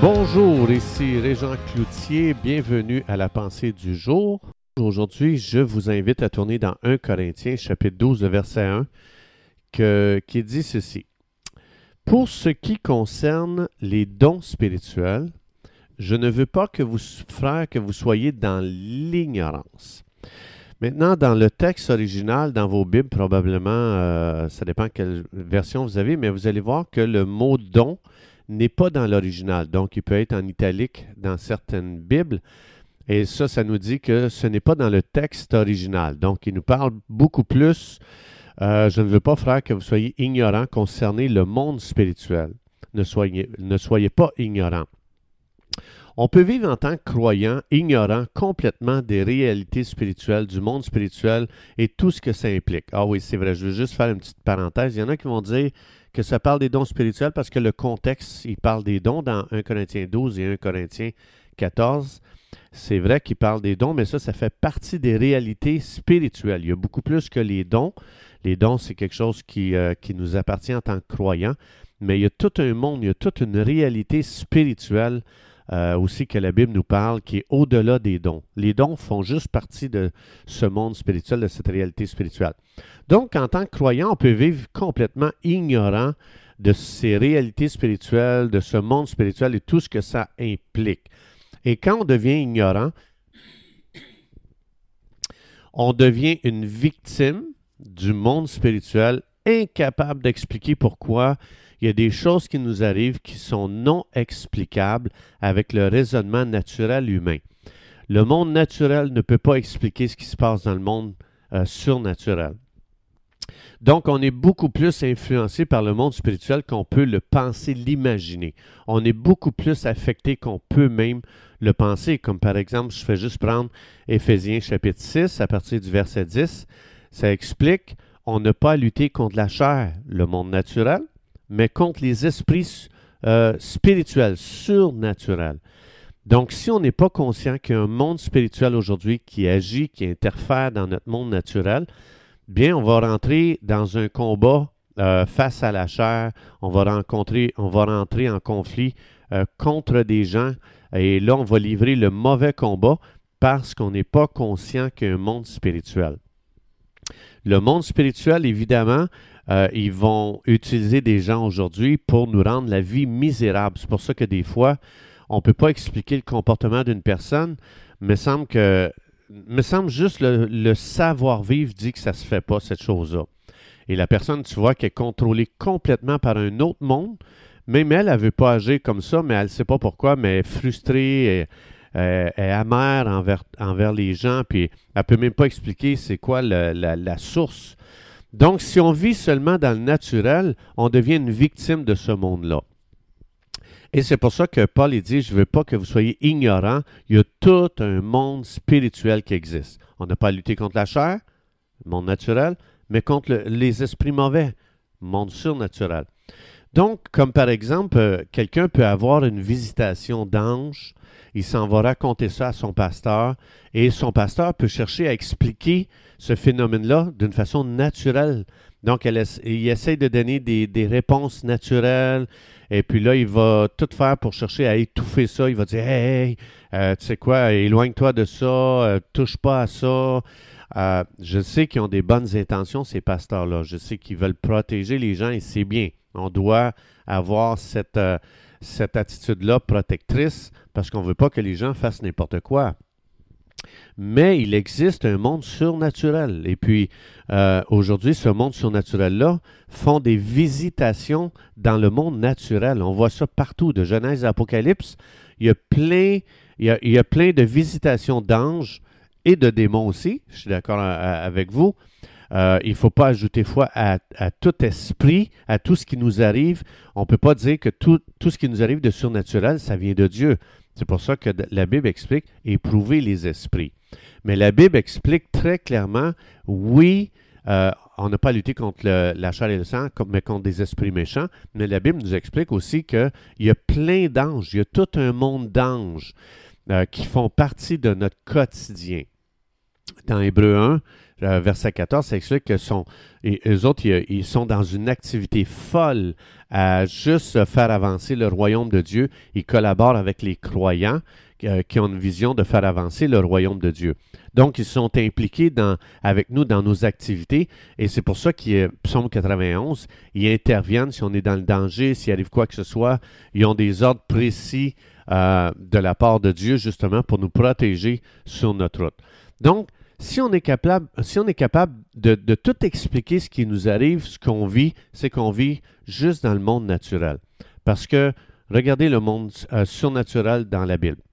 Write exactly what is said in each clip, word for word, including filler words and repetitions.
Bonjour, ici Régent Cloutier, bienvenue à la pensée du jour. Aujourd'hui, je vous invite à tourner dans premier Corinthiens, chapitre douze, verset un, que, qui dit ceci. « Pour ce qui concerne les dons spirituels, je ne veux pas que vous, frères, que vous soyez dans l'ignorance. » Maintenant, dans le texte original, dans vos Bibles, probablement, euh, ça dépend quelle version vous avez, mais vous allez voir que le mot « don » n'est pas dans l'original. Donc, il peut être en italique dans certaines Bibles. Et ça, ça nous dit que ce n'est pas dans le texte original. Donc, il nous parle beaucoup plus. Euh, je ne veux pas, frère, que vous soyez ignorants concernant le monde spirituel. Ne soyez, ne soyez pas ignorants. On peut vivre en tant que croyant, ignorant complètement des réalités spirituelles, du monde spirituel et tout ce que ça implique. Ah oui, c'est vrai, je veux juste faire une petite parenthèse. Il y en a qui vont dire que ça parle des dons spirituels parce que le contexte, il parle des dons dans premier Corinthiens douze et premier Corinthiens quatorze. C'est vrai qu'il parle des dons, mais ça, ça fait partie des réalités spirituelles. Il y a beaucoup plus que les dons. Les dons, c'est quelque chose qui, euh, qui nous appartient en tant que croyants, mais il y a tout un monde, il y a toute une réalité spirituelle Euh, aussi que la Bible nous parle, qui est au-delà des dons. Les dons font juste partie de ce monde spirituel, de cette réalité spirituelle. Donc, en tant que croyant, on peut vivre complètement ignorant de ces réalités spirituelles, de ce monde spirituel et tout ce que ça implique. Et quand on devient ignorant, on devient une victime du monde spirituel, incapable d'expliquer pourquoi il y a des choses qui nous arrivent qui sont non explicables avec le raisonnement naturel humain. Le monde naturel ne peut pas expliquer ce qui se passe dans le monde euh, surnaturel. Donc, on est beaucoup plus influencé par le monde spirituel qu'on peut le penser, l'imaginer. On est beaucoup plus affecté qu'on peut même le penser. Comme par exemple, je fais juste prendre Éphésiens chapitre six, à partir du verset dix. Ça explique, on n'a pas à lutter contre la chair, le monde naturel, mais contre les esprits euh, spirituels, surnaturels. Donc, si on n'est pas conscient qu'il y a un monde spirituel aujourd'hui qui agit, qui interfère dans notre monde naturel, bien, on va rentrer dans un combat euh, face à la chair, on va rencontrer, on va rentrer en conflit euh, contre des gens, et là, on va livrer le mauvais combat parce qu'on n'est pas conscient qu'il y a un monde spirituel. Le monde spirituel, évidemment, Euh, ils vont utiliser des gens aujourd'hui pour nous rendre la vie misérable. C'est pour ça que des fois, on ne peut pas expliquer le comportement d'une personne, mais semble que, me semble juste le, le savoir-vivre dit que ça ne se fait pas, cette chose-là. Et la personne, tu vois, qui est contrôlée complètement par un autre monde, même elle, elle ne veut pas agir comme ça, mais elle ne sait pas pourquoi, mais elle est frustrée, elle, elle, elle est amère envers, envers les gens, puis elle ne peut même pas expliquer c'est quoi le, la, la source. Donc, si on vit seulement dans le naturel, on devient une victime de ce monde-là. Et c'est pour ça que Paul il dit, je ne veux pas que vous soyez ignorants, il y a tout un monde spirituel qui existe. On n'a pas à lutter contre la chair, le monde naturel, mais contre le, les esprits mauvais, le monde surnaturel. Donc, comme par exemple, euh, quelqu'un peut avoir une visitation d'ange, il s'en va raconter ça à son pasteur, et son pasteur peut chercher à expliquer ce phénomène-là d'une façon naturelle. Donc, elle, il essaie de donner des, des réponses naturelles, et puis là, il va tout faire pour chercher à étouffer ça. Il va dire, « Hey, hey euh, tu sais quoi, éloigne-toi de ça, euh, touche pas à ça. Euh, » Je sais qu'ils ont des bonnes intentions, ces pasteurs-là. Je sais qu'ils veulent protéger les gens, et c'est bien. On doit avoir cette, euh, cette attitude-là protectrice parce qu'on ne veut pas que les gens fassent n'importe quoi. Mais il existe un monde surnaturel. Et puis, euh, aujourd'hui, ce monde surnaturel-là font des visitations dans le monde naturel. On voit ça partout, de Genèse à Apocalypse. Il y a plein, il y a, il y a plein de visitations d'anges et de démons aussi. Je suis d'accord avec vous. Euh, il ne faut pas ajouter foi à, à tout esprit, à tout ce qui nous arrive. On ne peut pas dire que tout, tout ce qui nous arrive de surnaturel, ça vient de Dieu. C'est pour ça que la Bible explique « éprouver les esprits ». Mais la Bible explique très clairement, oui, euh, on n'a pas à lutter contre le, la chair et le sang, mais contre des esprits méchants, mais la Bible nous explique aussi qu'il y a plein d'anges, il y a tout un monde d'anges euh, qui font partie de notre quotidien. Dans Hébreux un, euh, verset quatorze, ça explique que sont, et eux autres, ils, ils sont dans une activité folle à juste faire avancer le royaume de Dieu. Ils collaborent avec les croyants euh, qui ont une vision de faire avancer le royaume de Dieu. Donc, ils sont impliqués dans, avec nous dans nos activités et c'est pour ça qu'il y a Psaume quatre-vingt-onze, ils interviennent si on est dans le danger, s'il arrive quoi que ce soit, ils ont des ordres précis euh, de la part de Dieu justement pour nous protéger sur notre route. Donc, si on est capable, si on est capable de, de tout expliquer ce qui nous arrive, ce qu'on vit, c'est qu'on vit juste dans le monde naturel. Parce que, regardez le monde euh, surnaturel dans la Bible.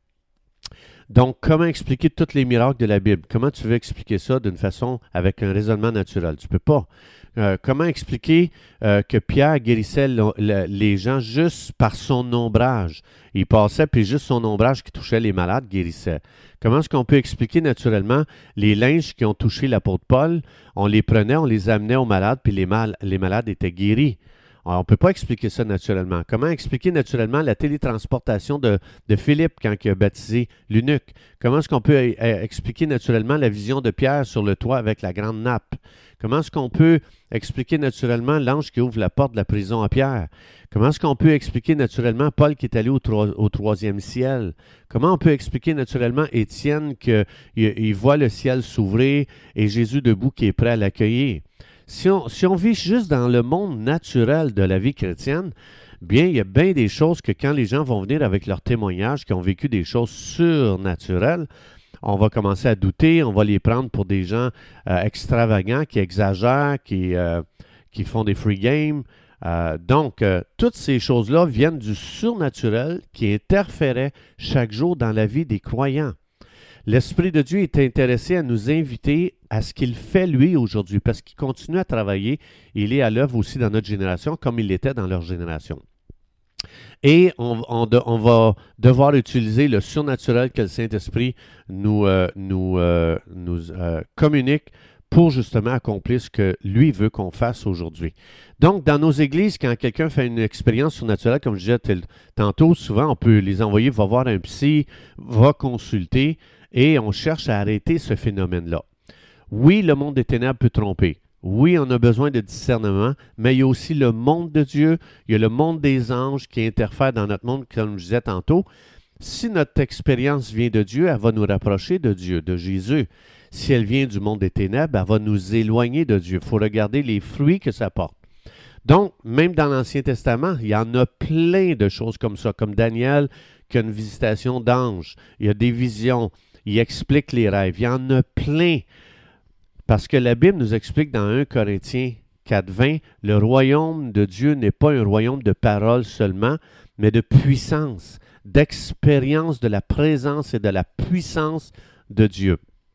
Donc, comment expliquer tous les miracles de la Bible? Comment tu veux expliquer ça d'une façon avec un raisonnement naturel? Tu ne peux pas. Euh, comment expliquer euh, que Pierre guérissait le, le, les gens juste par son ombrage? Il passait, puis juste son ombrage qui touchait les malades guérissait. Comment est-ce qu'on peut expliquer naturellement les linges qui ont touché l'apôtre Paul? On les prenait, on les amenait aux malades, puis les, mal, les malades étaient guéris. Alors, on ne peut pas expliquer ça naturellement. Comment expliquer naturellement la télétransportation de, de Philippe quand il a baptisé l'eunuque? Comment est-ce qu'on peut euh, expliquer naturellement la vision de Pierre sur le toit avec la grande nappe? Comment est-ce qu'on peut expliquer naturellement l'ange qui ouvre la porte de la prison à Pierre? Comment est-ce qu'on peut expliquer naturellement Paul qui est allé au, tro- au troisième ciel? Comment on peut expliquer naturellement Étienne qu'il il voit le ciel s'ouvrir et Jésus debout qui est prêt à l'accueillir? Si on, si on vit juste dans le monde naturel de la vie chrétienne, bien, il y a bien des choses que quand les gens vont venir avec leur témoignage, qui ont vécu des choses surnaturelles, on va commencer à douter, on va les prendre pour des gens euh, extravagants, qui exagèrent, qui, euh, qui font des free games. Euh, donc, euh, toutes ces choses-là viennent du surnaturel qui interférait chaque jour dans la vie des croyants. L'Esprit de Dieu est intéressé à nous inviter à ce qu'il fait lui aujourd'hui, parce qu'il continue à travailler. Il est à l'œuvre aussi dans notre génération, comme il l'était dans leur génération. Et on, on, de, on va devoir utiliser le surnaturel que le Saint-Esprit nous, euh, nous, euh, nous euh, communique pour justement accomplir ce que lui veut qu'on fasse aujourd'hui. Donc, dans nos églises, quand quelqu'un fait une expérience surnaturelle, comme je disais tel, tantôt, souvent on peut les envoyer, va voir un psy, va consulter, et on cherche à arrêter ce phénomène-là. Oui, le monde des ténèbres peut tromper. Oui, on a besoin de discernement, mais il y a aussi le monde de Dieu, il y a le monde des anges qui interfère dans notre monde, comme je disais tantôt. Si notre expérience vient de Dieu, elle va nous rapprocher de Dieu, de Jésus. Si elle vient du monde des ténèbres, elle va nous éloigner de Dieu. Il faut regarder les fruits que ça porte. Donc, même dans l'Ancien Testament, il y en a plein de choses comme ça, comme Daniel qui a une visitation d'anges, il y a des visions, il explique les rêves, il y en a plein. Parce que la Bible nous explique dans un Corinthiens quatre vingt, le royaume de Dieu n'est pas un royaume de parole seulement, mais de puissance, d'expérience de la présence et de la puissance de Dieu.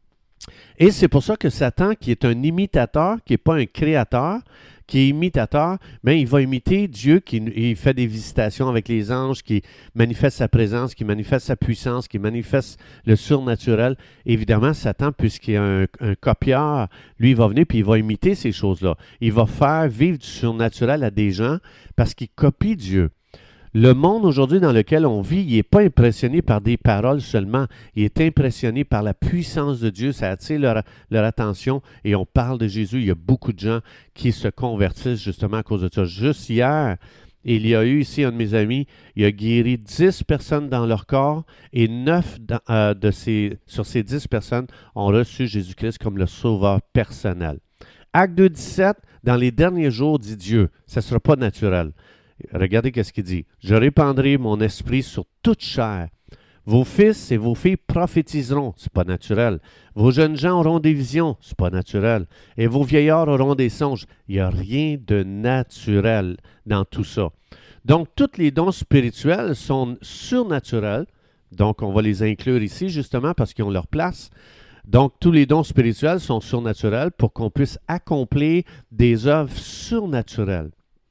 Et c'est pour ça que Satan, qui est un imitateur, qui n'est pas un créateur, qui est imitateur, mais il va imiter Dieu, qui il fait des visitations avec les anges, qui manifeste sa présence, qui manifeste sa puissance, qui manifeste le surnaturel. Évidemment, Satan, puisqu'il est un, un copieur, lui, il va venir puis il va imiter ces choses-là. Il va faire vivre du surnaturel à des gens parce qu'il copie Dieu. Le monde aujourd'hui dans lequel on vit, il n'est pas impressionné par des paroles seulement. Il est impressionné par la puissance de Dieu. Ça attire leur, leur attention et on parle de Jésus. Il y a beaucoup de gens qui se convertissent justement à cause de ça. Juste hier, il y a eu ici un de mes amis, il a guéri dix personnes dans leur corps et neuf dans, euh, de ces, sur ces dix personnes ont reçu Jésus-Christ comme le sauveur personnel. Acte deux, dix-sept, dans les derniers jours, dit Dieu, ça ne sera pas naturel. Regardez ce qu'il dit. « Je répandrai mon esprit sur toute chair. Vos fils et vos filles prophétiseront. » C'est pas naturel. « Vos jeunes gens auront des visions. » C'est pas naturel. « Et vos vieillards auront des songes. » Il n'y a rien de naturel dans tout ça. Donc, tous les dons spirituels sont surnaturels. Donc, on va les inclure ici justement parce qu'ils ont leur place. Donc, tous les dons spirituels sont surnaturels pour qu'on puisse accomplir des œuvres surnaturelles.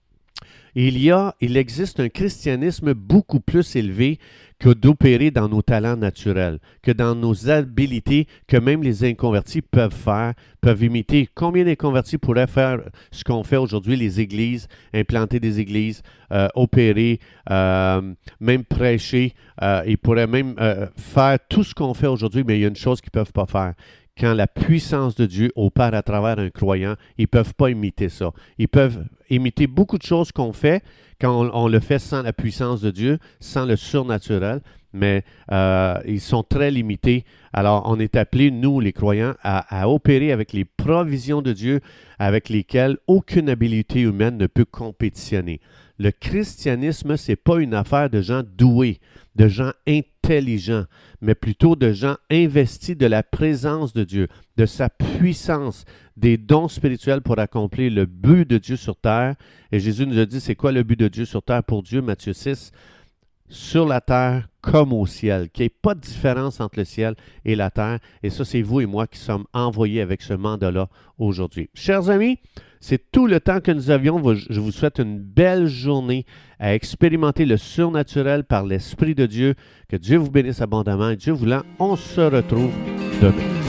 Il y a, il existe un christianisme beaucoup plus élevé que d'opérer dans nos talents naturels, que dans nos habilités que même les inconvertis peuvent faire, peuvent imiter. Combien d'inconvertis pourraient faire ce qu'on fait aujourd'hui, les églises, implanter des églises, euh, opérer, euh, même prêcher, euh, ils pourraient même euh, faire tout ce qu'on fait aujourd'hui, mais il y a une chose qu'ils ne peuvent pas faire. quand la puissance de Dieu opère à travers un croyant, ils ne peuvent pas imiter ça. Ils peuvent imiter beaucoup de choses qu'on fait quand on, on le fait sans la puissance de Dieu, sans le surnaturel, mais euh, ils sont très limités. Alors, on est appelés, nous, les croyants, à, à opérer avec les provisions de Dieu avec lesquelles aucune habilité humaine ne peut compétitionner. Le christianisme, ce n'est pas une affaire de gens doués, de gens intelligents, mais plutôt de gens investis de la présence de Dieu, de sa puissance, des dons spirituels pour accomplir le but de Dieu sur terre. Et Jésus nous a dit, c'est quoi le but de Dieu sur terre pour Dieu? Matthieu six, sur la terre comme au ciel, qu'il n'y ait pas de différence entre le ciel et la terre. Et ça, c'est vous et moi qui sommes envoyés avec ce mandat-là aujourd'hui. Chers amis, c'est tout le temps que nous avions. Je vous souhaite une belle journée à expérimenter le surnaturel par l'Esprit de Dieu. Que Dieu vous bénisse abondamment. Et Dieu voulant, on se retrouve demain.